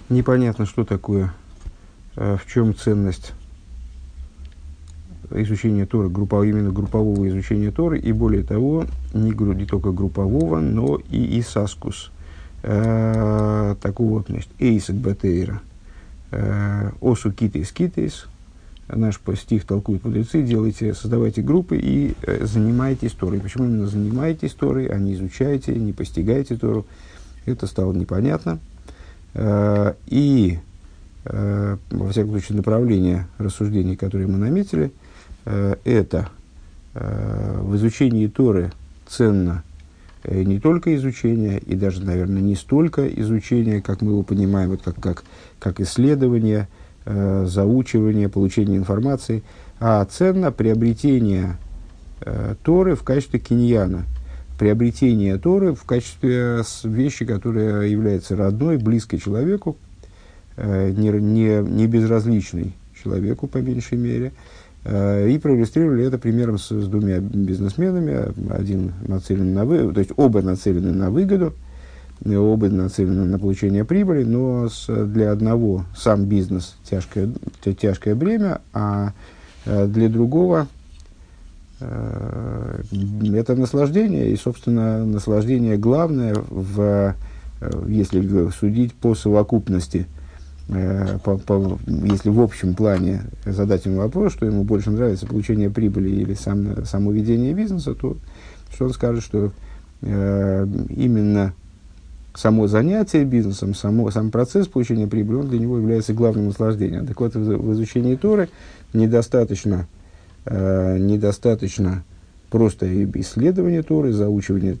Непонятно, что такое, в чем ценность изучения Торы, именно группового изучения Торы, и более того, не только группового, но и исаскус. Такого, значит, эйсак батейра, осу китейс, наш стих толкуют мудрецы, создавайте группы и занимайтесь Торой. Почему именно занимаетесь Торой, а не изучаете, не постигаете Тору, это стало непонятно. И, во всяком случае, направление рассуждений, которые мы наметили, это в изучении Торы ценно не только изучение, и даже, наверное, не столько изучение, как мы его понимаем, вот как исследование, заучивание, получение информации, а ценно приобретение Торы в качестве киньяна, приобретение Торы в качестве вещи, которая является родной, близкой человеку, не безразличной человеку, по меньшей мере. И проиллюстрировали это примером с двумя бизнесменами. Один нацелен на выгоду, то есть оба нацелены на выгоду, оба нацелены на получение прибыли, но для одного сам бизнес тяжкое бремя, а для другого это наслаждение, и, собственно, наслаждение главное, если судить по совокупности. Если в общем плане задать ему вопрос, что ему больше нравится получение прибыли или само ведение бизнеса, то что он скажет, что именно само занятие бизнесом, сам процесс получения прибыли, он для него является главным наслаждением. Так вот, в изучении Торы недостаточно просто исследование Торы, заучивание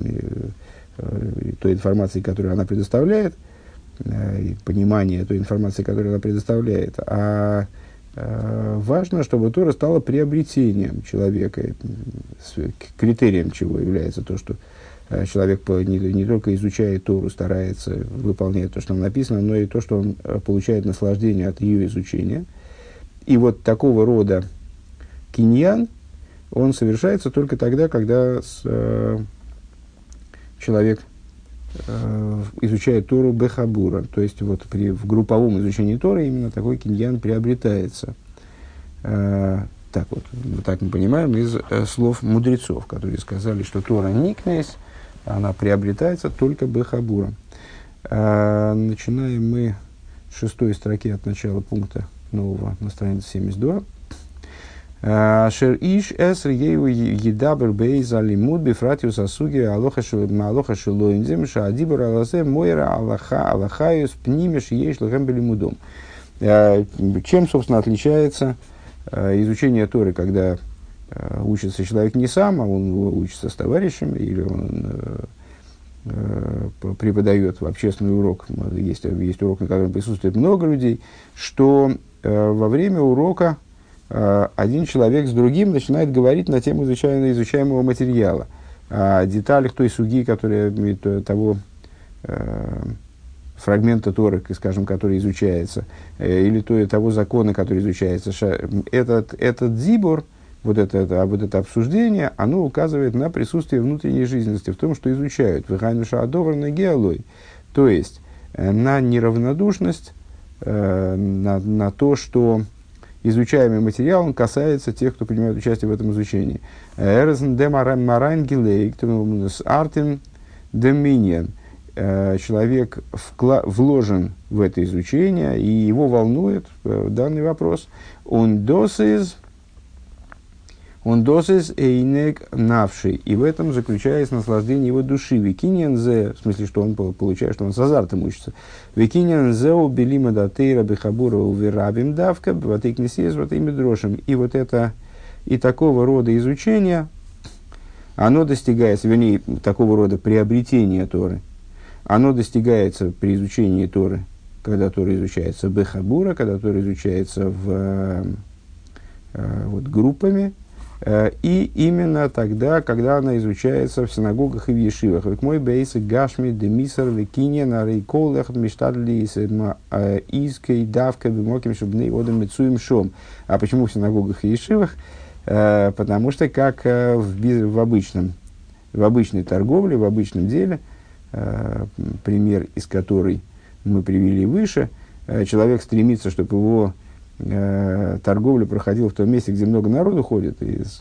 той информации, которую она предоставляет, и понимание той информации, которую она предоставляет, а важно, чтобы Тора стала приобретением человека, критерием чего является то, что человек не только изучает Тору, старается выполнять то, что там написано, но и то, что он получает наслаждение от ее изучения. И вот такого рода киньян, он совершается только тогда, когда человек изучает Тору бехабура, то есть вот в групповом изучении Торы именно такой киньян приобретается. Так мы понимаем из слов мудрецов, которые сказали, что Тора никнес, она приобретается только бехабуром. Начинаем мы с 6 строки от начала пункта нового на странице 72. Шер иш эср ею едабр бейз алимуд бифратиус асуги алоха шелоинзем шаадибр алазе мойра алахаюс пнимеш еш лхэм белимудом. Чем, собственно, отличается изучение Торы, когда учится человек не сам, а он учится с товарищем, или он преподает в общественный урок, есть урок, на котором присутствует много людей, что во время урока один человек с другим начинает говорить на тему изучаемого материала, о деталях той суги, того фрагмента Торы, скажем, который изучается, или того закона, который изучается. Этот дзибур, вот это обсуждение, оно указывает на присутствие внутренней жизненности в том, что изучают. То есть на неравнодушность, на то, что изучаемый материал, он касается тех, кто принимает участие в этом изучении. Человек вложен в это изучение, и его волнует данный вопрос. Он досыз эйнек навший. И в этом заключается наслаждение его души. Викиньян зе, в смысле, что он получает, что он с азартом учится. Викиньян зе убелима датейра бехабура уверабим давка ватейкнесиез ватеймидрошим. И вот это, и такого рода изучение, оно достигается, вернее, такого рода приобретение Торы, оно достигается при изучении Торы, когда Тора изучается бехабура, когда Тора изучается группами, и именно тогда, когда она изучается в синагогах и в ешивах. Как мой бейс гашми демисар викиния на рейколах мечтадли иской давка бимоким шубней одам мецуем шом. А почему в синагогах и ешивах? Потому что как в обычной торговле, в обычном деле, пример из которой мы привели выше, человек стремится, чтобы его торговля проходила в том месте, где много народу ходит,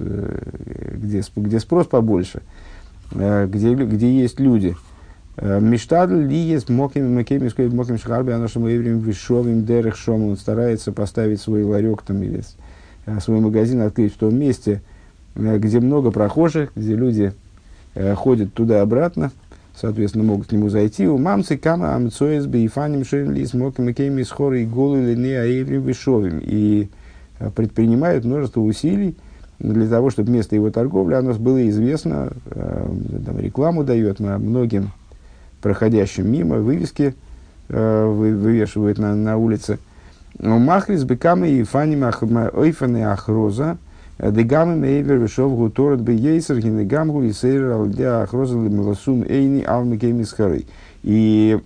где спрос побольше, где есть люди. Миштадль ли есть моким шхарби, а нашим евреям вишовым дерех шом, он старается поставить свой ларек там, или свой магазин открыть в том месте, где много прохожих, где люди ходят туда-обратно, соответственно, могут к нему зайти. У мамцы кама амцоэс бейфаним шенли смоким кеми с хорой голы лине аеврим вишовым. И предпринимают множество усилий для того, чтобы место его торговли оно было известно, там, рекламу дает многим проходящим мимо, вывески вывешивают на улице. Махлис бекамы и фаним ойфаны ахроза, дегамы мейвер вишов гуторот бейсер гинегамгу и сейр алдя ахроза лимласум эйни алмикемис хары. И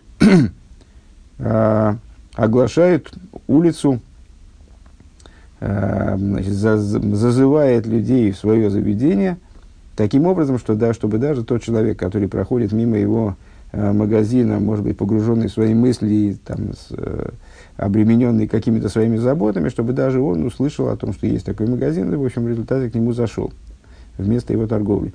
оглашает улицу, значит, зазывает людей в свое заведение таким образом, что, чтобы даже тот человек, который проходит мимо его магазина, может быть, погруженный в свои мысли и там, обремененный какими-то своими заботами, чтобы даже он услышал о том, что есть такой магазин, и, в общем, в результате к нему зашел вместо его торговли.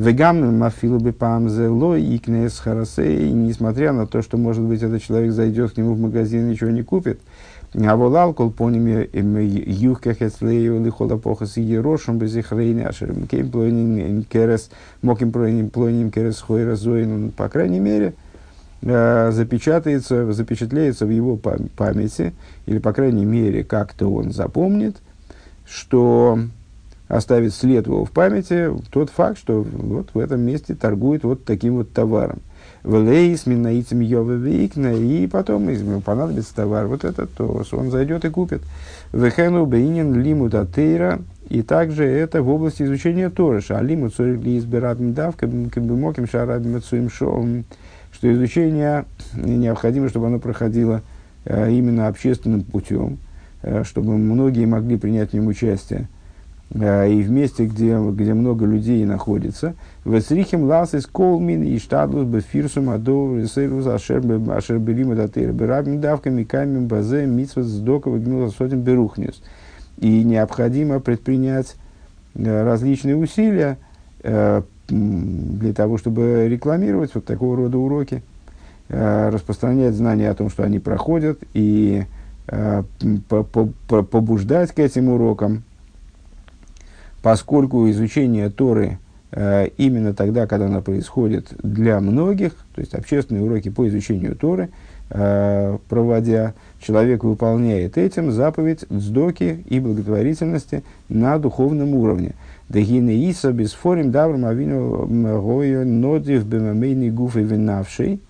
Несмотря на то, что, может быть, этот человек зайдет к нему в магазин и ничего не купит, а волалкол по ним юхках эцлею лихола поха с ерошем без их рейни ашерем кеймплойним керес моким плойним керес хойра зоин, по крайней мере, запечатляется в его памяти, или, по крайней мере, как-то он запомнит, что оставит след его в памяти тот факт, что вот в этом месте торгуют вот таким вот товаром. И потом, если ему понадобится товар, вот этот, то он зайдет и купит. И также это в области изучения Торы. Что изучение необходимо, чтобы оно проходило именно общественным путем, чтобы многие могли принять в нем участие. И в месте, где много людей находится, весрихим ласис колмин и штадлус бефирсум адов ресервус ашербелима датыр берабим давками камим базе митсват сдоков гмила сотен берухнис. И необходимо предпринять различные усилия для того, чтобы рекламировать вот такого рода уроки, распространять знания о том, что они проходят, и побуждать к этим урокам. Поскольку изучение Торы именно тогда, когда оно происходит для многих, то есть общественные уроки по изучению Торы, проводя, человек выполняет этим заповедь цдоки и благотворительности на духовном уровне. Дагины Иса бисфорим даврам авину гою нодив бемамейный гуф и винавший,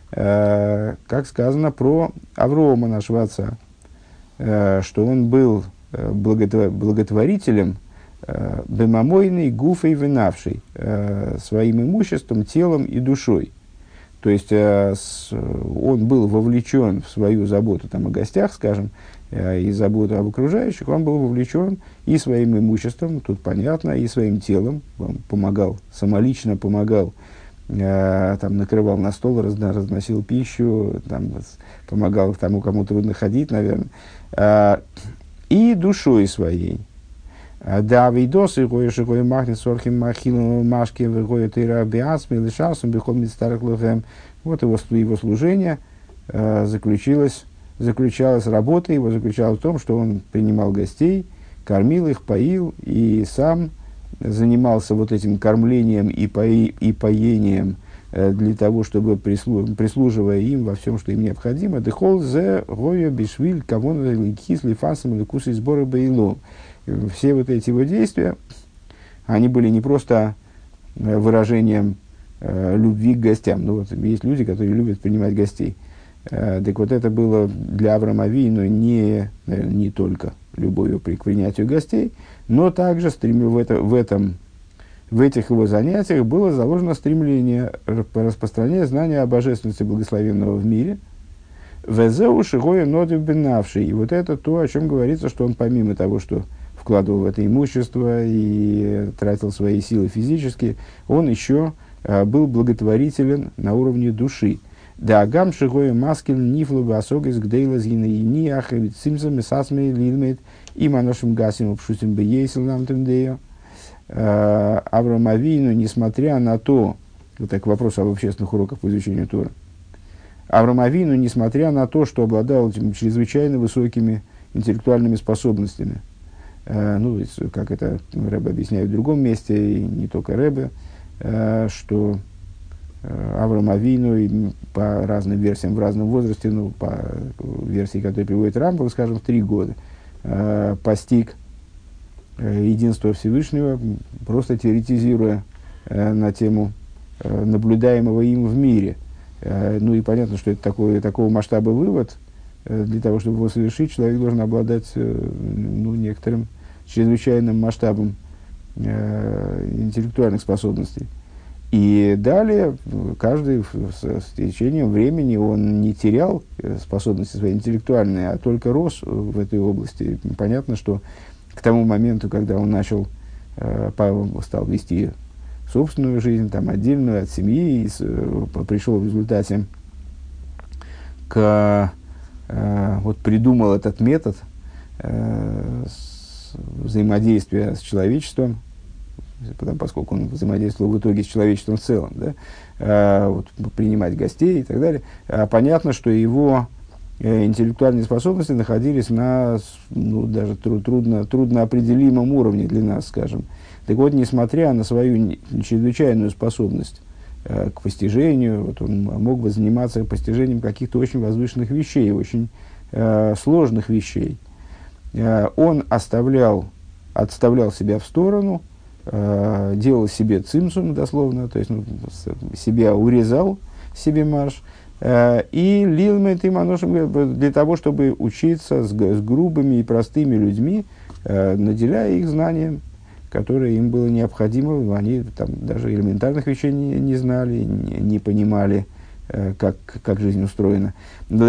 как сказано про Авроама, нашего отца, что он был благотворителем, бемамойный гуфой винавший, своим имуществом, телом и душой. То есть он был вовлечен в свою заботу там, о гостях, скажем, и заботу об окружающих, он был вовлечен и своим имуществом, тут понятно, и своим телом, он помогал, самолично помогал, там, накрывал на стол, разносил пищу, там, помогал тому, кому трудно ходить, наверное, и душой своей. Да, видосы, кое махнет сорхим махину машки, выходит и рабиасми, лишасом, бихом старых лохем. Вот его служение заключалось, работа его заключалась в том, что он принимал гостей, кормил их, поил, и сам занимался вот этим кормлением и поением для того, чтобы, прислуживая им во всем, что им необходимо. Дехол зе гойо бишвиль кавон кисли фасом или кусы сбора бейлом. Все вот эти его действия, они были не просто выражением любви к гостям. Ну, вот, есть люди, которые любят принимать гостей. Так вот, это было для Авраама Авину не только любовью к принятию гостей, но также в этих его занятиях было заложено стремление распространять знания о божественности благословенного в мире. Везеу шигоя нодив бенавший. И вот это то, о чем говорится, что он помимо того, что вкладывал в это имущество и тратил свои силы физически, он еще был благотворителен на уровне души. Да агам шигой маскин нифлу басогис гдейлас гинеини ахавит симсами сасмей лилмейт и маношим гасим обшутим бы ейсил нам тендею. Авраам Авину, несмотря на то, вот так вопрос об общественных уроках по изучению Торы, Авраам Авину, несмотря на то, что обладал чрезвычайно высокими интеллектуальными способностями, ну, как это Рэбе объясняет в другом месте, и не только Рэбе, что Авраам Авину по разным версиям в разном возрасте, ну, по версии, которую приводит Рамбам, скажем, в 3 года, постиг единство Всевышнего, просто теоретизируя на тему наблюдаемого им в мире. Ну и понятно, что это такого масштаба вывод. Для того, чтобы его совершить, человек должен обладать ну, некоторым чрезвычайным масштабом интеллектуальных способностей. И далее, каждый с течением времени, он не терял способности свои интеллектуальные, а только рос в этой области. Понятно, что к тому моменту, когда он начал, Павел стал вести собственную жизнь, там, отдельную от семьи, и пришел в результате вот придумал этот метод взаимодействия с человечеством, поскольку он взаимодействовал в итоге с человечеством в целом, да, вот, принимать гостей и так далее, понятно, что его интеллектуальные способности находились на, ну, даже трудно определимом уровне для нас, скажем. Так вот, несмотря на свою чрезвычайную способность к постижению, вот он мог бы заниматься постижением каких-то очень возвышенных вещей, очень сложных вещей. Он отставлял себя в сторону, делал себе цимсум, дословно, то есть ну, себя урезал, себе марш, и лилмет им аношим для того, чтобы учиться с грубыми и простыми людьми, наделяя их знанием, которое им было необходимо. Они там даже элементарных вещей не знали, не понимали, как жизнь устроена. То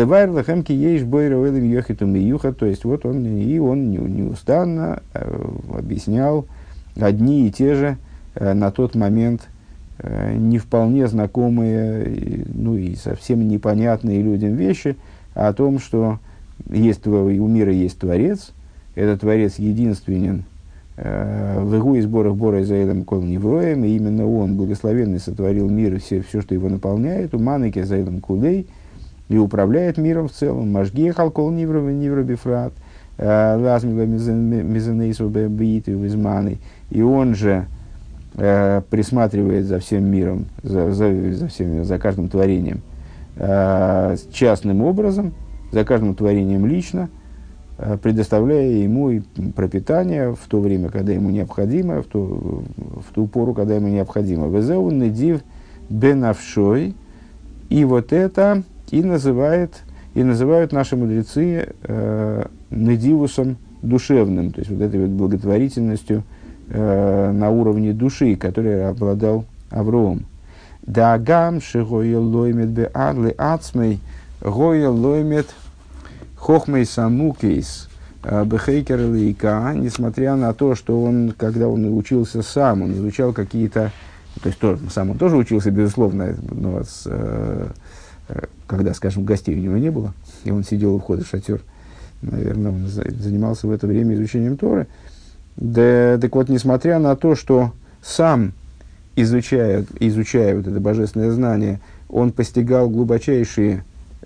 есть вот он неустанно объяснял одни и те же на тот момент не вполне знакомые, ну и совсем непонятные людям вещи о том, что у мира есть Творец, этот Творец единственен, в игу и сборах бора заедом кол невроем, и именно он, благословенный, сотворил мир и все, что его наполняет, у маныки заедом кулей, и управляет миром в целом, мажги халкол невробифрат, лазмила мизанейсу бэбит и визманы, и он же присматривает за всем миром, за каждым творением частным образом, за каждым творением лично, предоставляя ему и пропитание в то время, когда ему необходимо, в ту пору, когда ему необходимо. Везеу недив бенавшой, и вот это и называют наши мудрецы недивусом душевным, то есть вот этой вот благотворительностью на уровне души, которой обладал Авраам. Дагам шигоя лоймет бе адлы ацмей гоя лоймет хохмей самукейс бехейкер лейка, несмотря на то, что он, когда он учился сам, он изучал какие-то, то есть сам он тоже учился, безусловно, но когда, скажем, гостей у него не было, и он сидел у входа в шатер, наверное, он занимался в это время изучением Торы. Так вот, несмотря на то, что сам, изучая вот это божественное знание, он постигал глубочайшие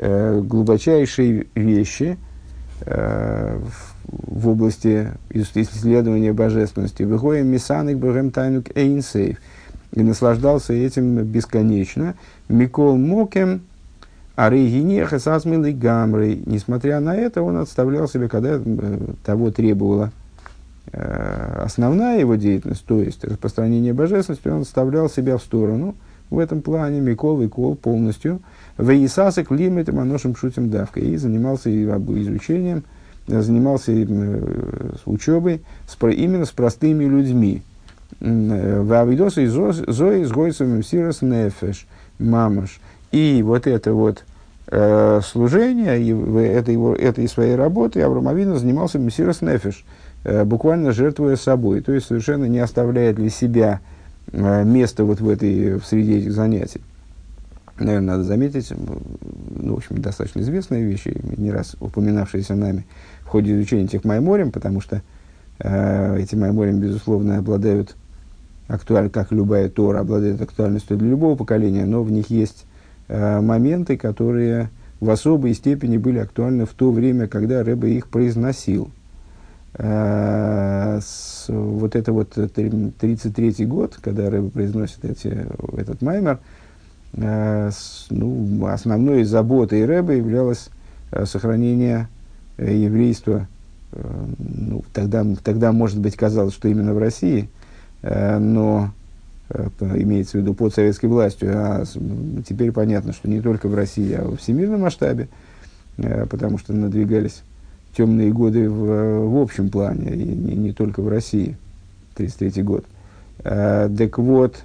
вещи в области исследования божественности. Выходим мисаник богем тайнук эйнсейв. И наслаждался этим бесконечно. Микол мокем арейгинеха сасмилый гамрей. Несмотря на это, он отставлял себя, когда того требовала основная его деятельность, то есть распространение божественности, он отставлял себя в сторону в этом плане, микол и кол полностью, веисасек лимитом аношим шутим давкой, и занимался изучением, занимался учебой именно с простыми людьми. Вавидоса и зои с гойцем сирос нефеш мамаш. И вот это вот служение, этой своей работы Авраам Авину занимался мессирос нефеш, буквально жертвуя собой, то есть совершенно не оставляя для себя места вот в среде этих занятий. наверное, надо заметить, ну, в общем, достаточно известные вещи, не раз упоминавшиеся нами в ходе изучения этих майморим, потому что эти майморим, безусловно, обладают как любая Тора, обладает актуальностью для любого поколения, но в них есть моменты, которые в особой степени были актуальны в то время, когда Ребе их произносил. Вот это вот 33-й год, когда Ребе произносит этот маймер, основной заботой Ребе являлось сохранение еврейства. Тогда, может быть, казалось, что именно в России, но имеется в виду под советской властью, а теперь понятно, что не только в России, а во всемирном масштабе, потому что надвигались темные годы в общем плане, и не только в России, 1933 год. Так вот,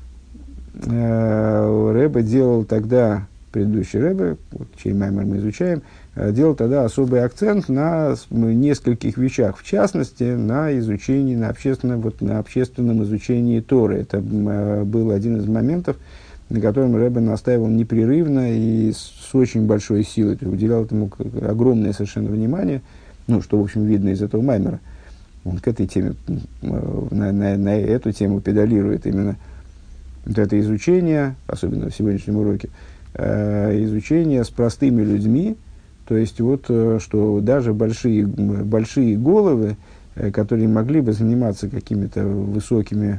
Ребе делал тогда, предыдущий Ребе, чей маймер мы изучаем, делал тогда особый акцент на нескольких вещах, в частности, на изучении, на общественном изучении Торы. Это был один из моментов, на котором Ребе настаивал непрерывно и с очень большой силой, то есть уделял этому огромное совершенно внимание, что, в общем, видно из этого маймера. Он к этой теме, на эту тему педалирует именно вот это изучение, особенно в сегодняшнем уроке, изучение с простыми людьми, то есть что даже большие головы, которые могли бы заниматься какими-то высокими,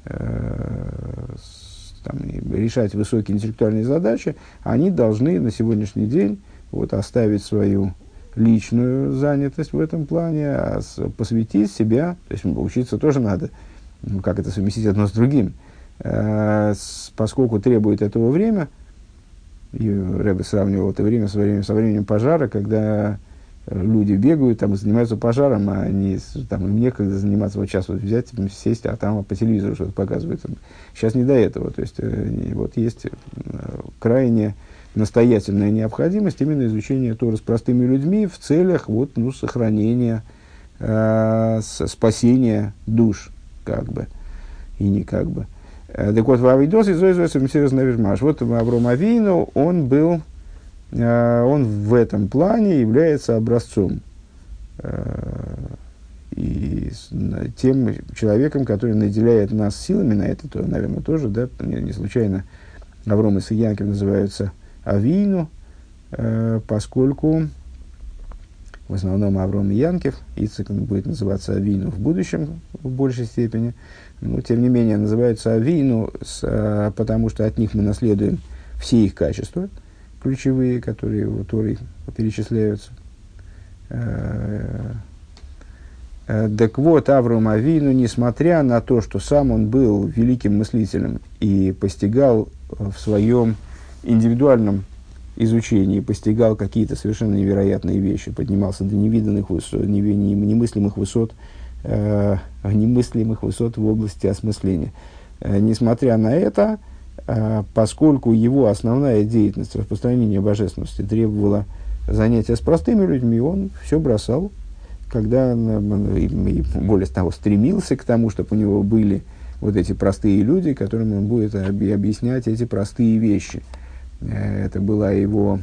решать высокие интеллектуальные задачи, они должны на сегодняшний день оставить свою личную занятость в этом плане, посвятить себя, то есть учиться тоже надо, как это совместить одно с другим, поскольку требует этого время. И Ребе сравнивал это время со временем пожара, когда люди бегают там, и занимаются пожаром, а им некогда заниматься, сейчас взять, сесть, а там по телевизору что-то показывают. Сейчас не до этого. То есть, есть крайне настоятельная необходимость именно изучения Торы с простыми людьми в целях сохранения, спасения душ, как бы, и не как бы. Так вот, в Авидос изоизуется Мсирос Нефеш Мамаш. Вот Авром Авину, он в этом плане является образцом. И тем человеком, который наделяет нас силами на это, то, наверное, тоже, да, не случайно Авром и Янкив называются Авину, поскольку в основном Авром и Янкив, Ицхак будет называться Авину в будущем в большей степени, но тем не менее называются Авину, потому что от них мы наследуем все их качества ключевые, которые в Торе перечисляются. Так вот, Авром Авину, несмотря на то, что сам он был великим мыслителем и постигал в своем индивидуальном изучении, постигал какие-то совершенно невероятные вещи, поднимался до невиданных высот, немыслимых высот в области осмысления. Несмотря на это, поскольку его основная деятельность распространения божественности требовала занятия с простыми людьми, он все бросал, когда, и более того, стремился к тому, чтобы у него были эти простые люди, которым он будет объяснять эти простые вещи. Это была его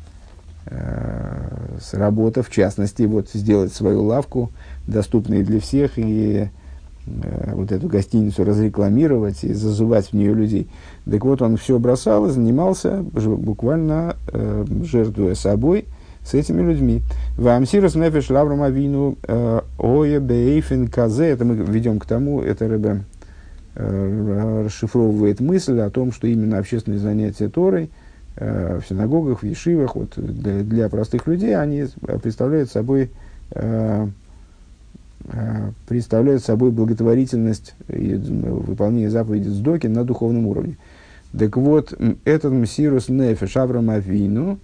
работа, в частности, сделать свою лавку доступной для всех и эту гостиницу разрекламировать и зазывать в нее людей. Так вот, он все бросал и занимался, буквально жертвуя собой, с этими людьми. Вамсирос нефеш лавром авину оя бейфен казе. Это мы ведем к тому, это Ребе расшифровывает мысль о том, что именно общественные занятия Торой в синагогах, в ешивах, для простых людей, они представляют собой благотворительность и выполнение заповедей Цдоки на духовном уровне. Так вот, этот Мсирус Нефеш Авром Авину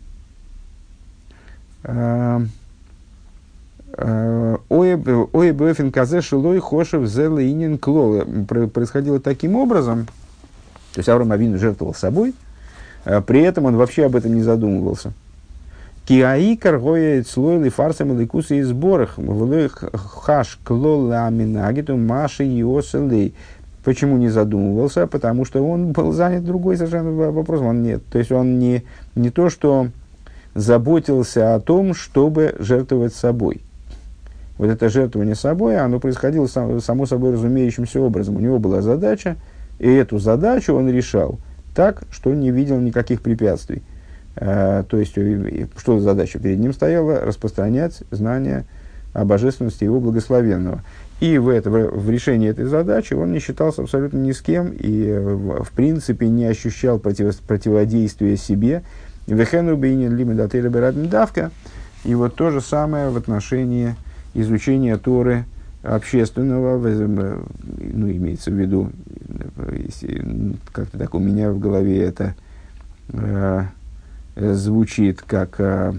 Оебэфин Казе Шилой Хошев Зелэйнин Клолы происходило таким образом, то есть Авром Авину жертвовал собой, при этом он вообще об этом не задумывался. Киаикар гоя слой фарсам и ликусы и сборах хаш клола аминагиту маши йоселей. Почему не задумывался? Потому что он был занят другой совершенно вопросом. Он не то, что заботился о том, чтобы жертвовать собой. Вот это жертвование собой, оно происходило само собой разумеющимся образом. У него была задача, и эту задачу он решал так, что не видел никаких препятствий. То есть, что за задача перед ним стояла? Распространять знания о божественности его благословенного. И в решении этой задачи он не считался абсолютно ни с кем и, в принципе, не ощущал противодействия себе. Вехену бейнин лимидатейра берабин давка. И вот то же самое в отношении изучения Торы общественного, ну, имеется в виду, как-то так у меня в голове это звучит как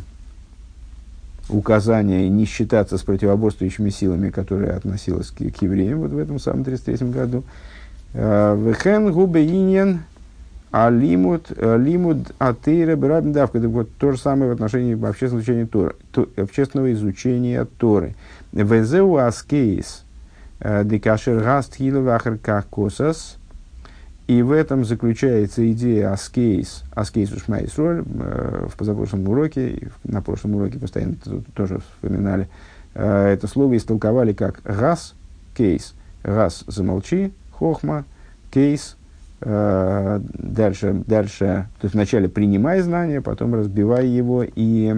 указание не считаться с противоборствующими силами, которое относилось к евреям вот в этом самом 1933 году. Вехен губе иньян алимут атеира берабин давка. Это вот то же самое в отношении общественного изучения Торы. Везеу аскейс декашер гаст хиловахер как косас. И в этом заключается идея аскейс ушма Исроль. В позапрошлом уроке, на прошлом уроке постоянно тоже вспоминали, это слово истолковали как гас, кейс. Гас замолчи, хохма, кейс. Дальше, то есть вначале принимай знание, потом разбивай его и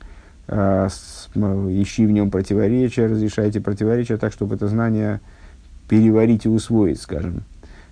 ищи в нем противоречия, разрешайте противоречия так, чтобы это знание переварить и усвоить, скажем.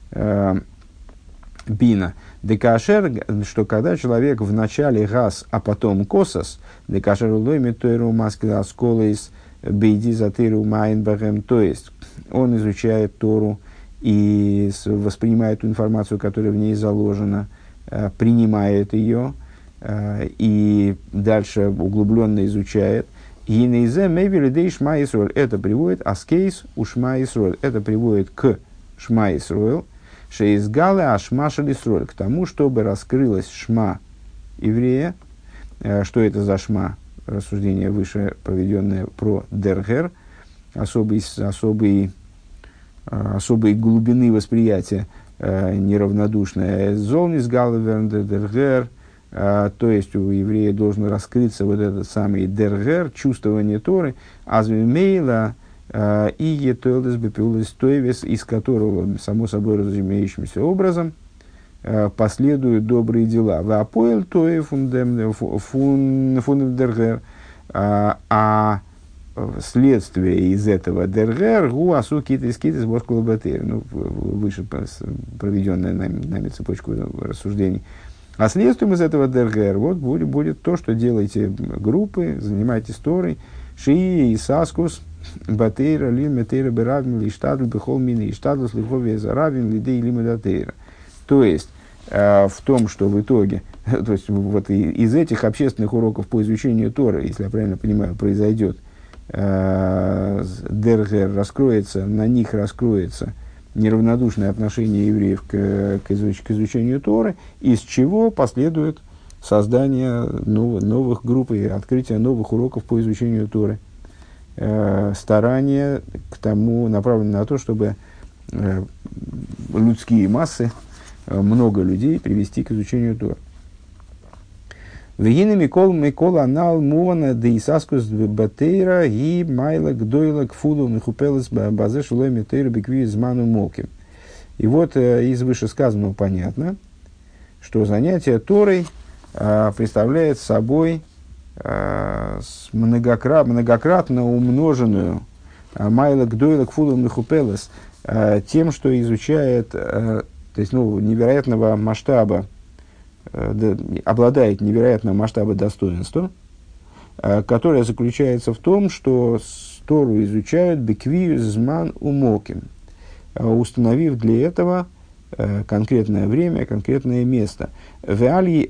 Бина. Декашер, что когда человек в начале гас, а потом косас, декашер улойми тойру маскила сколейс бейди затыру майнбахем, то есть он изучает Тору и воспринимает ту информацию, которая в ней заложена, принимает ее и дальше углубленно изучает. И нейзе мейвелидей шма Исроль. Это приводит аскейс у шма Исроль. Это приводит к шма Исроль. Шеизгалы ашмаша Исроль. К тому, чтобы раскрылась шма еврея. Что это за шма? Рассуждение выше проведенное про дергер. Особой глубины восприятия, неравнодушное. Золнис галверн дергер. То есть у еврея должен раскрыться вот этот самый дергер, чувствование Торы, азвимейла и етойлес бепиулес тойвес, из которого, само собой разумеющимся образом, последуют добрые дела. Вапоэль тоев фундем дергер, а следствие из этого дергер гу асу китис китис боскулабатер. Ну, выше проведенная нами цепочку рассуждений. А следствием из этого дергер вот будет то, что делаете группы, занимаетесь Торой, шии и саскус, батейра, лин, метейра, беравин, лиштадл, бехол, мини, иштадл, слихове, заравин, лидей, лимедатейра. То есть, в том, что в итоге, то есть, вот из этих общественных уроков по изучению Торы, если я правильно понимаю, произойдет дергер, раскроется, на них раскроется неравнодушное отношение евреев к изучению Торы, из чего последует создание новых групп и открытие новых уроков по изучению Торы. Старание к тому направлено на то, чтобы людские массы, много людей привести к изучению Торы. Вегины Микол анал мувана деисаскус батейра и майла гдойла кфулу михупелес базе шулой метейра бекви зману молким. И вот из вышесказанного понятно, что занятие Торой представляет собой многократно умноженную майла гдойла кфулу михупелес тем, что изучает, то есть невероятного масштаба, обладает невероятного масштаба достоинства, которое заключается в том, что Тору изучают бекви зман умоким, установив для этого конкретное время, конкретное место. Благодаря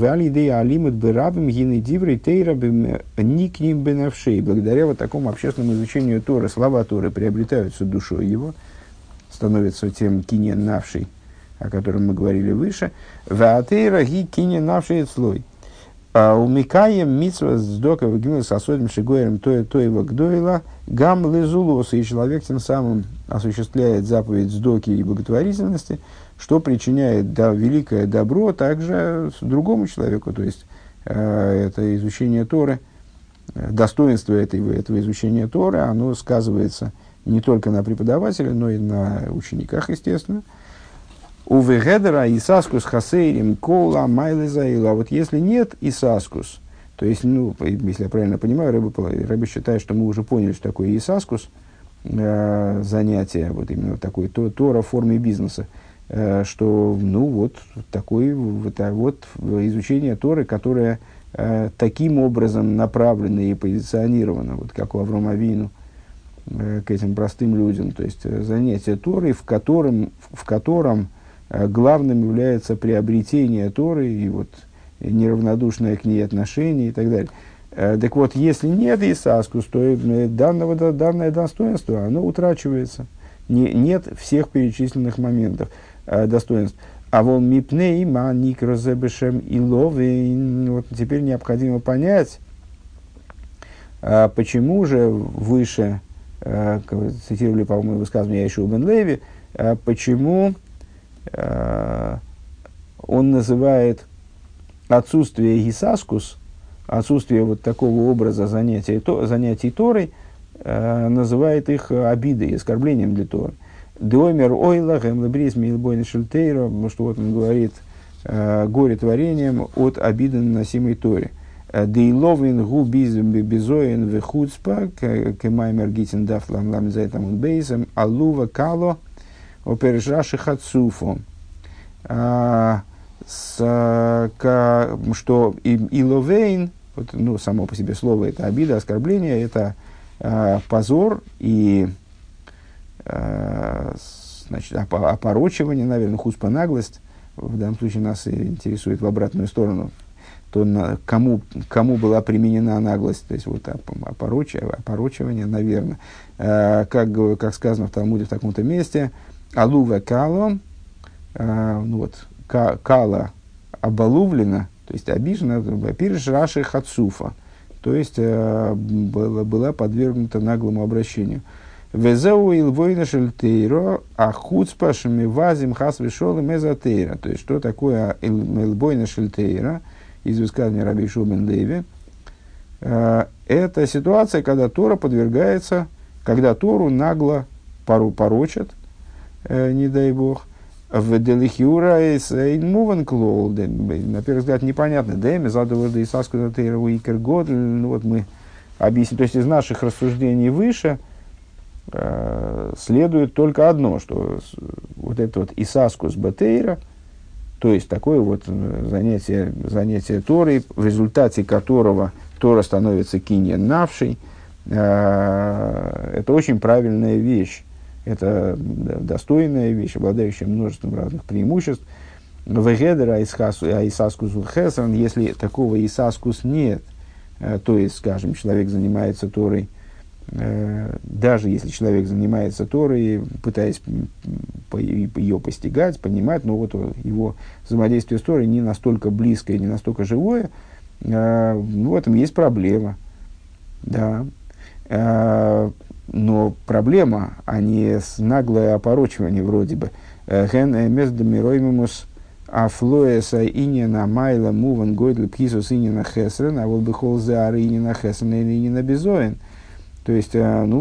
вот такому общественному изучению Торы, слова Торы приобретаются душой его, становятся тем киньян навшей, о котором мы говорили выше. Ваатейра ги киньян навшей слой. Умикаем митсва сдока вегмил сосодим шигоерем тоева гдойла гам лезулоса. И человек тем самым осуществляет заповедь сдоки и благотворительности, что причиняет великое добро также другому человеку. То есть, это изучение Торы, достоинство этого изучения Торы, оно сказывается не только на преподавателе, но и на учениках, естественно. Увегедера исаскус хасейрим кола майлезаила. Вот если нет исаскус, то есть, если я правильно понимаю, Рэбе считает, что мы уже поняли, что такое исаскус, занятие, вот именно такой Тора в форме бизнеса, что, такое изучение Торы, которое таким образом направлено и позиционировано, вот как у Аврома Авину, к этим простым людям, то есть занятие Торой, в котором главным является приобретение Торы и неравнодушное к ней отношение и так далее. Так вот, если нет исаскус, то данное достоинство, оно утрачивается. Нет всех перечисленных моментов достоинств. А вон мипней маник розебешем и ловин. Вот теперь необходимо понять, почему же выше, цитировали, по-моему, высказывание Яишуа бен Леви, почему он называет отсутствие гисаскус, отсутствие вот такого образа занятий Торой, называет их обидой, оскорблением для Торы. Дуомер ойла гэмлэбрис милбойна шельтейра, что вот он говорит горе творением от обиды, наносимой Торе. Дейловин гу безоин вехуцпа кемаймер гитин дафлам ламзайтам бейсом алува кало опережаши хацуфом. Что иловейн, само по себе слово, это обида, оскорбление, это позор и опорочивание, наверное, хуцпа, наглость. В данном случае нас интересует в обратную сторону, то кому была применена наглость, то есть опорочивание, наверное. Как сказано в Талмуде в таком-то месте, алува кало, кала оболувлена, то есть обижена, пирш раши хацуфа, то есть была подвергнута наглому обращению. Везеу илвойна шельтейро, а хуцпа шемивазим хас вишол мезатейра. То есть, что такое илвойна шельтейра, из высказывания Раби Йошуа бен Леви, это ситуация, когда Тора подвергается, когда Тору нагло порочат, не дай Бог, в делихиура из инмуван клоу, на первый взгляд непонятно, да, мы задавали Исаску затейра уикер год, вот мы объясним, то есть из наших рассуждений выше следует только одно, что вот это вот Исаскус Батейра, то есть такое вот занятие Торой, в результате которого Тора становится киньян навшей, это очень правильная вещь, это достойная вещь, обладающая множеством разных преимуществ. Вегедер Исаскус Хесран, если такого Исаскус нет, то есть, скажем, человек занимается Торой, даже если человек занимается Торой, пытаясь ее постигать, понимать, но вот его взаимодействие с Торой не настолько близкое, не настолько живое, в этом есть проблема. Да. Но проблема, а не наглое опорочивание вроде бы. Ген между мироимус афлоеса инина майла муван гойдл пхисус инина хесрен, а вот бы холзеары инина хесрен или инина безоин. То есть,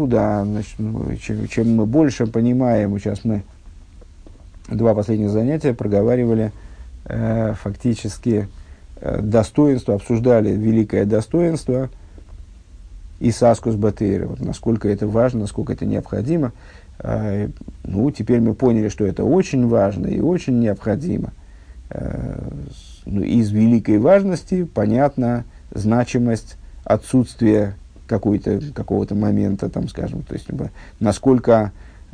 чем мы больше понимаем, сейчас мы два последних занятия проговаривали фактически достоинство, обсуждали великое достоинство Исаскус Батейра, вот насколько это важно, насколько это необходимо. Теперь мы поняли, что это очень важно и очень необходимо. Из великой важности понятна значимость отсутствия какого-то момента, там, скажем, то есть, насколько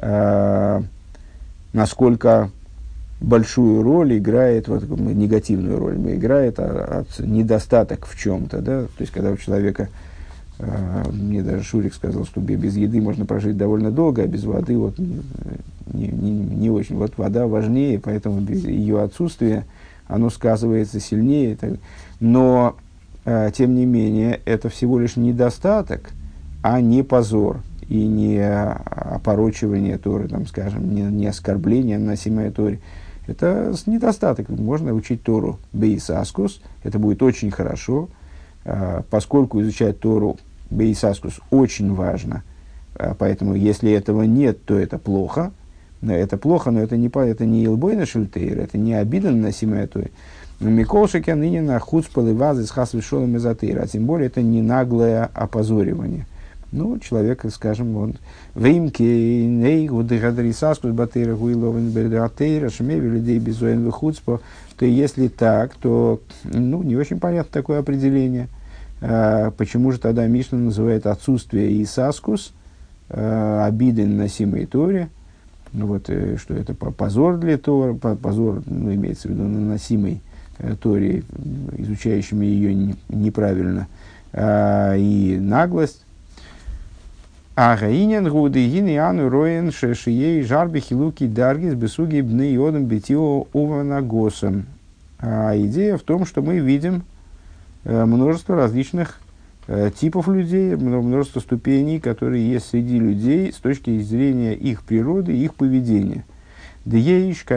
большую роль играет, негативную роль играет недостаток в чем-то, да, то есть, когда у человека, мне даже Шурик сказал, что без еды можно прожить довольно долго, а без воды не очень. Вот вода важнее, поэтому без ее отсутствия оно сказывается сильнее. Но тем не менее, это всего лишь недостаток, а не позор и не опорочивание Торы, там, скажем, не оскорбление, наносимое Торе. Это недостаток. Можно учить Тору бейсаскус, это будет очень хорошо, поскольку изучать Тору бейсаскус очень важно. Поэтому, если этого нет, то это плохо. Это плохо, но это не илбойна шельтейр, это не обида, наносимая Торе. Миколшики ныне на хуцпалы вазы с хасвешолом эзотейра, а тем более это не наглое опозоривание. Ну, человек, скажем, он веймки ней гудыгадрисаскус батейра гуиловен бердатейра шмеви людей безоен выхуцпо, то если так, то не очень понятно такое определение. Почему же тогда Мишна называет отсутствие исаскус обиды, наносимой Торе? Что это позор для Торы, позор, имеется в виду наносимый Торе, изучающими ее неправильно, и наглость. А гаинен гуды гини ану роен шешией жарби хилуки даргис бесуги бны йодом бетио уванагосом. А идея в том, что мы видим множество различных типов людей, множество ступеней, которые есть среди людей с точки зрения их природы и их поведения. Есть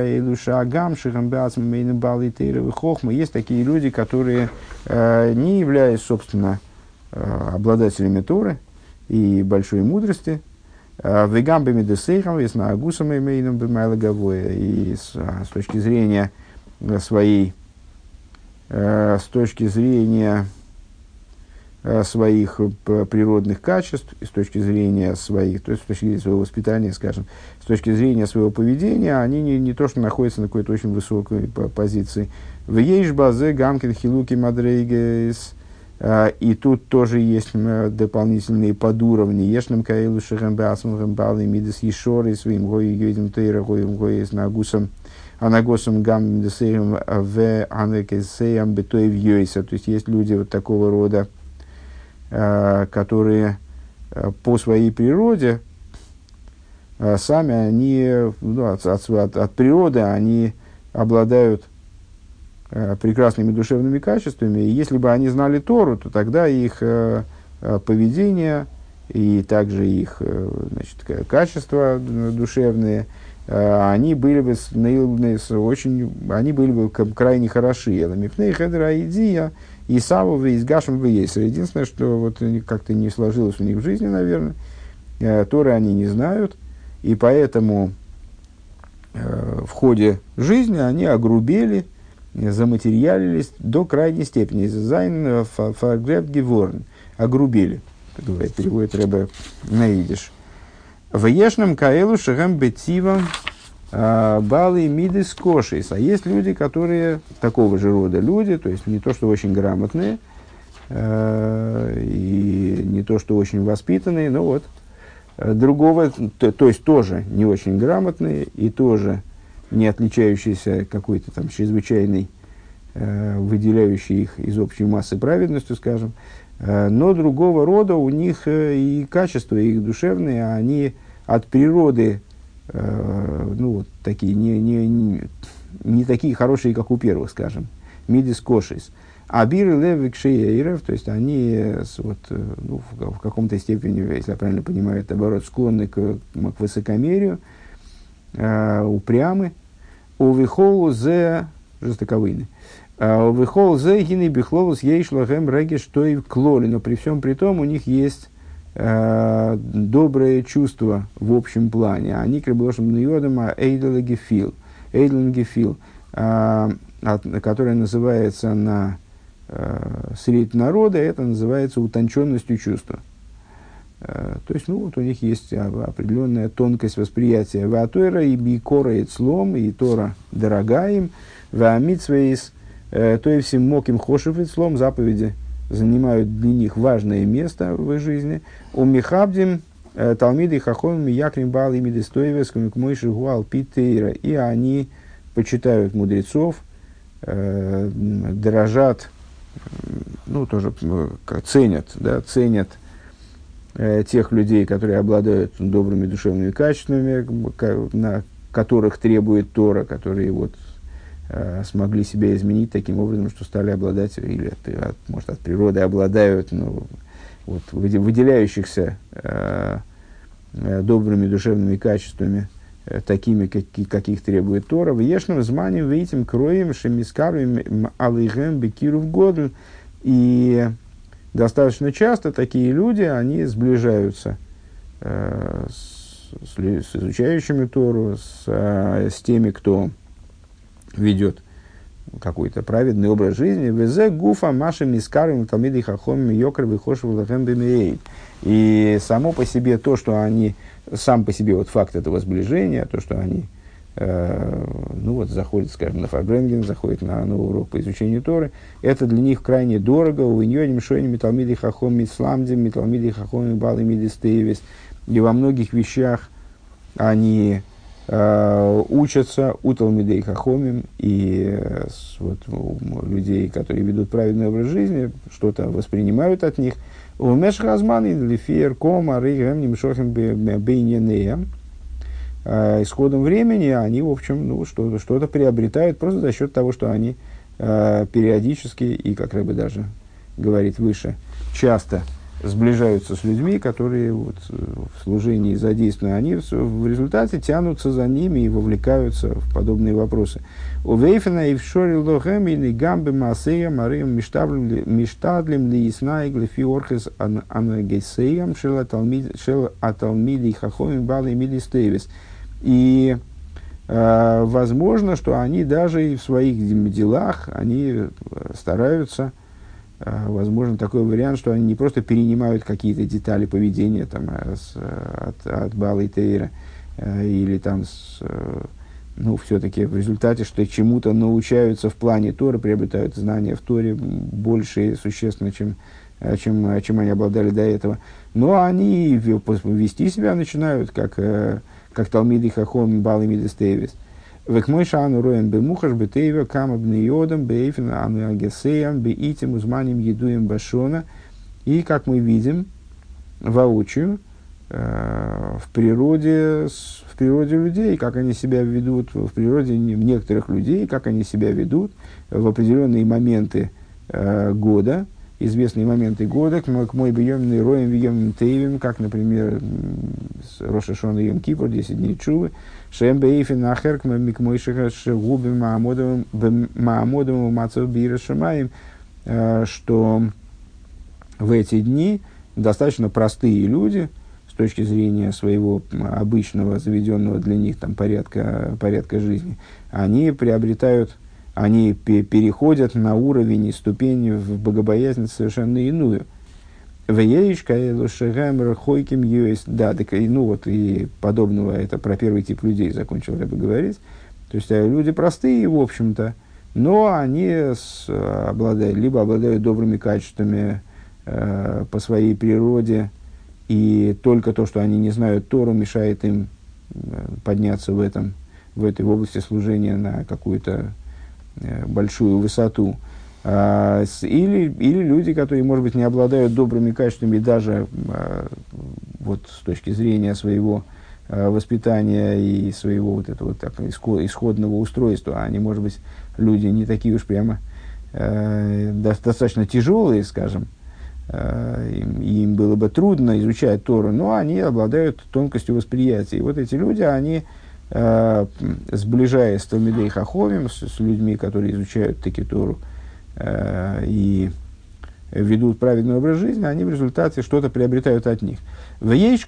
такие люди, которые, не являясь, собственно, обладателями Торы и большой мудрости, вегамбами десейхам, и с точки зрения своей, с точки зрения своих природных качеств, с точки зрения своих, то есть с точки зрения своего воспитания, скажем, с точки зрения своего поведения, они не то, что находятся на какой-то очень высокой позиции. В ейшбазе гамкин хилуки мадрейгес, и тут тоже есть дополнительные подуровни. Ешным каилу шехэмбасм гэмбалы мидес ешоры своим гой йодим тейра гоем гоес нагусом анагосом гам десеем в анекесеям бетоев йойса. То есть есть люди вот такого рода, которые по своей природе сами они, от природы они обладают прекрасными душевными качествами, и если бы они знали Тору, то тогда их поведение и также их качества душевные, они были бы они были бы крайне хороши. И Савовы, и с Гашем Вейсер. Единственное, что вот как-то не сложилось у них в жизни, наверное. Торы они не знают, и поэтому в ходе жизни они огрубели, заматериалились до крайней степени. Зайн фаргреб геворн. Огрубели. Переводит Ребе на идиш. В ешном каэлу шагам бетива балы мидис кошис. А есть люди, которые такого же рода люди, то есть не то, что очень грамотные, и не то, что очень воспитанные, но вот другого, то есть тоже не очень грамотные и тоже не отличающиеся какой-то там чрезвычайной, выделяющей их из общей массы праведностью, скажем, но другого рода у них и качества их душевные, они от природы такие, не такие хорошие, как у первых, скажем, мидис кошис. А биры левик шееров, то есть они в каком-то степени, если я правильно понимаю, это наоборот, склонны к высокомерию, упрямы. Увихол зе жестоковыйны. Увихол зе гины бихловус ейшлагем реги что и клоли. Но при всем при том у них есть доброе чувство в общем плане. Они кребошим ньодама эйдленгефил, которое называется на среди народа, это называется утонченностью чувства. То есть, у них есть определенная тонкость восприятия. Ваатойра и бикора и цлом, и Тора дорога им. Ваамитсвейс, то и всем моким хошев и цлом, заповеди занимают для них важное место в их жизни. У Михабдим, Талмиды, Хахом, Якрим, Бал, Имиды, Стоевеском, Кмойши, Гуал, Питейра. И они почитают мудрецов, дорожат, тоже ценят тех людей, которые обладают добрыми душевными качествами, на которых требует Тора, которые смогли себя изменить таким образом, что стали обладать, или может от природы обладают, ну, вот, выделяющихся добрыми душевными качествами, такими, каких требует Тора. В ешном змане выйдем кроем шемискарвим алейхем бекиру в году. И достаточно часто такие люди, они сближаются с изучающими Тору, с теми, кто ведет какой-то праведный образ жизни. Везе гуфа машем искарим талмидей хахомим йокр вихошев лахем бимеейд. И само по себе то, что они, сам по себе вот факт этого сближения, то, что они ну вот, заходят, скажем, на фарбренген, заходят на новый урок по изучению Торы, это для них крайне дорого. У иньоним шойним талмидей хахомим митсламдим талмидей хахомим балы мидистеевис. И во многих вещах они учатся у талмидей хахомим, и вот, у людей, которые ведут праведный образ жизни, что-то воспринимают от них. У мешхазманы лифер кома рейгем немшохим бейненея. С ходом времени они, в общем, ну, что-то приобретают просто за счет того, что они периодически, и, как Рэбе даже говорит выше, часто сближаются с людьми, которые вот, в служении задействованы, они в результате тянутся за ними и вовлекаются в подобные вопросы. У Вейфена и в Шори Лохем или Гамбе Масея Марием Миштадлем Лииснаиг Лефи Орхес Анагесеям Шел Аталмиди Хахоми Балы Миди Стейвис. И возможно, что они даже и в своих от стараются. Возможно, такой вариант, что они не просто перенимают какие-то детали поведения там, от Баала и Тейра, или там, ну, все-таки в результате, что чему-то научаются в плане Торы, приобретают знания в Торе больше существенно, чем они обладали до этого. Но они вести себя начинают, как Талмидей Хахом Баал и Мидас Тейвис. Векмой шану роем бемухаш бетейва кама бнеодам бейфен анагесеям беитим узманим едуем башона. И, как мы видим, воочию, в природе людей, как они себя ведут, в природе некоторых людей, как они себя ведут в определенные моменты года, известные моменты года, к мой бьемный роем вьемным тейвим, как, например, Рош ха-Шана и Йом Кипур, 10 дней Тшувы, Шем бейфен ахер к микмойшиха шегубы маамодовым мацов бира шамаем, что в эти дни достаточно простые люди, с точки зрения своего обычного, заведенного для них там, порядка жизни, они переходят на уровень и ступень в богобоязнь совершенно иную. Да, так, ну вот и подобного, это про первый тип людей закончил Рэбе говорить. То есть люди простые, в общем-то, но они либо обладают добрыми качествами по своей природе, и только то, что они не знают Тору, мешает им подняться в этой области служения на какую-то большую высоту. Или люди, которые, может быть, не обладают добрыми качествами даже вот, с точки зрения своего воспитания и своего вот этого так, исходного устройства. Они, может быть, люди не такие уж прямо достаточно тяжелые, скажем, им было бы трудно изучать Тору, но они обладают тонкостью восприятия. И вот эти люди, они, сближаясь с Талмидей Хахомим, с людьми, которые изучают таки Тору, и ведут праведный образ жизни, они в результате что-то приобретают от них. В есть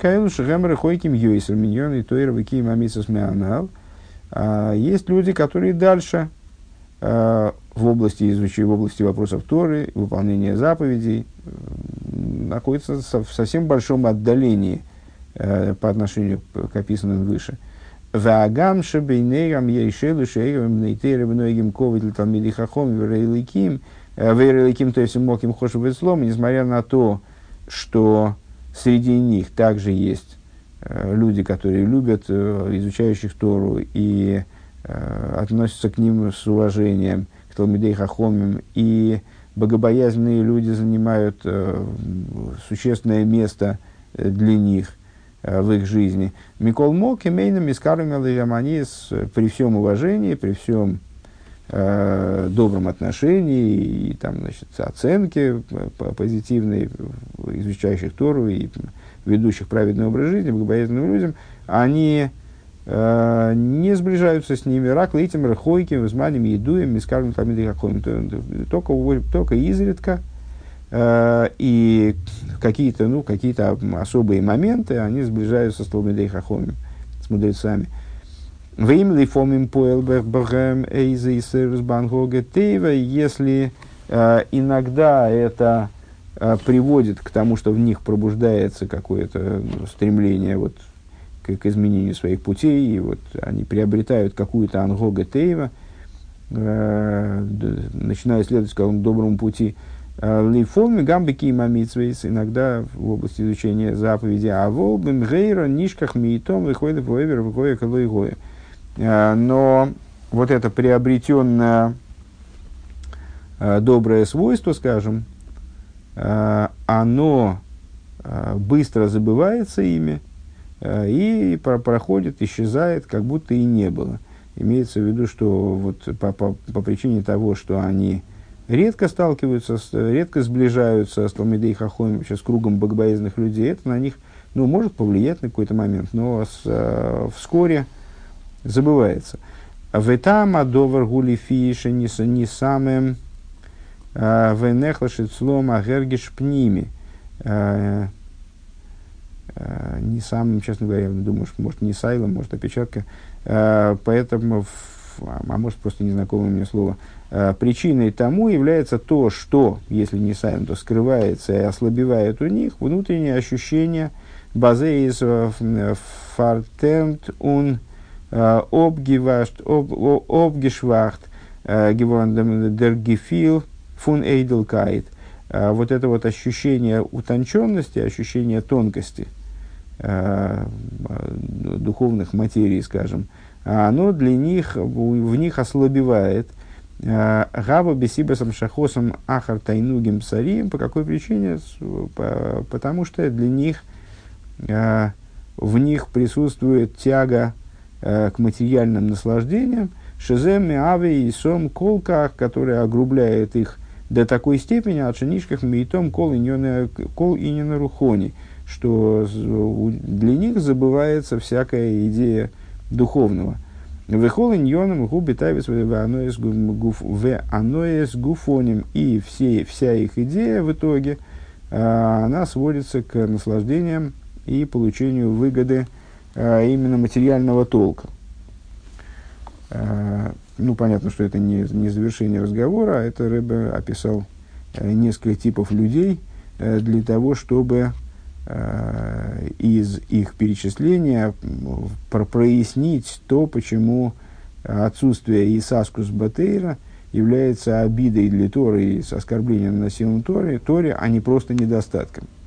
люди, которые дальше в области изучения, в области вопросов Торы, выполнения заповедей, находятся в совсем большом отдалении по отношению к описанным выше. Ваагам шебейнейрам ейшелу шейрам нейтейрам многим ковид талмидей хахом верейликим, то есть моким хошев ислом, несмотря на то, что среди них также есть люди, которые любят изучающих Тору и относятся к ним с уважением, к талмидей хахомим, и богобоязненные люди занимают существенное место для них в их жизни. Микол Мок, Мейна, Мискарами, они при всем уважении, при всем добром отношении и там, значит, оценки позитивной изучающих Тору и ведущих праведный образ жизни, богобоязненным людям, они не сближаются с ними. Рак лейтим рахойки, взманим, едуем, мискарным талмидей хахомим. Только изредка. И какие-то особые моменты они сближаются с талмидей хахомим, с мудрецами. Если иногда это приводит к тому, что в них пробуждается какое-то стремление вот, к изменению своих путей, и вот они приобретают какую-то ангога тейва, начинают следовать какому-то доброму пути. Лейфоми гамбики и мамицвейс, иногда в области изучения заповеди, а волбим гейра нишках миитом выходит в овер выходит калойгоя. Но вот это приобретенное доброе свойство, скажем, оно быстро забывается ими и проходит, исчезает, как будто и не было. Имеется в виду, что вот по причине того, что они редко сталкиваются, редко сближаются с Талмидей Хахомим, с кругом богобоязненных людей, это на них может повлиять на какой-то момент, но вскоре забывается. Ветама довар гули фиша не самым венехлашит слом агергиш пними. Не самым, честно говоря, я думаю, что может не сайлом, может опечатка. Поэтому, а может просто незнакомое мне слово. Причиной тому является то, что, если не сайлом, то скрывается и ослабевает у них внутреннее ощущение базе из фартент ун обгешвахт гевондем дер гефил фун эйделкайт. Вот это вот ощущение утонченности, ощущение тонкости духовных материй, скажем, оно для них, в них ослабевает. Гава бесибасом шахосом ахар тайнугим сарим. По какой причине? Потому что для них, в них присутствует тяга к материальным наслаждениям, шезем, миави и сом колках, которая огрубляет их до такой степени, от шинишках мейтом кол и не на рухони, что для них забывается всякая идея духовного. Вехол иньоном губи тавис в аноес гуфоним, и вся их идея в итоге, она сводится к наслаждениям и получению выгоды именно материального толка. Понятно, что это не завершение разговора, а это Ребе описал несколько типов людей для того, чтобы из их перечисления прояснить то, почему отсутствие Исаскус Батейра является обидой для Торы и с оскорблением на силу Торе, а не просто недостатком.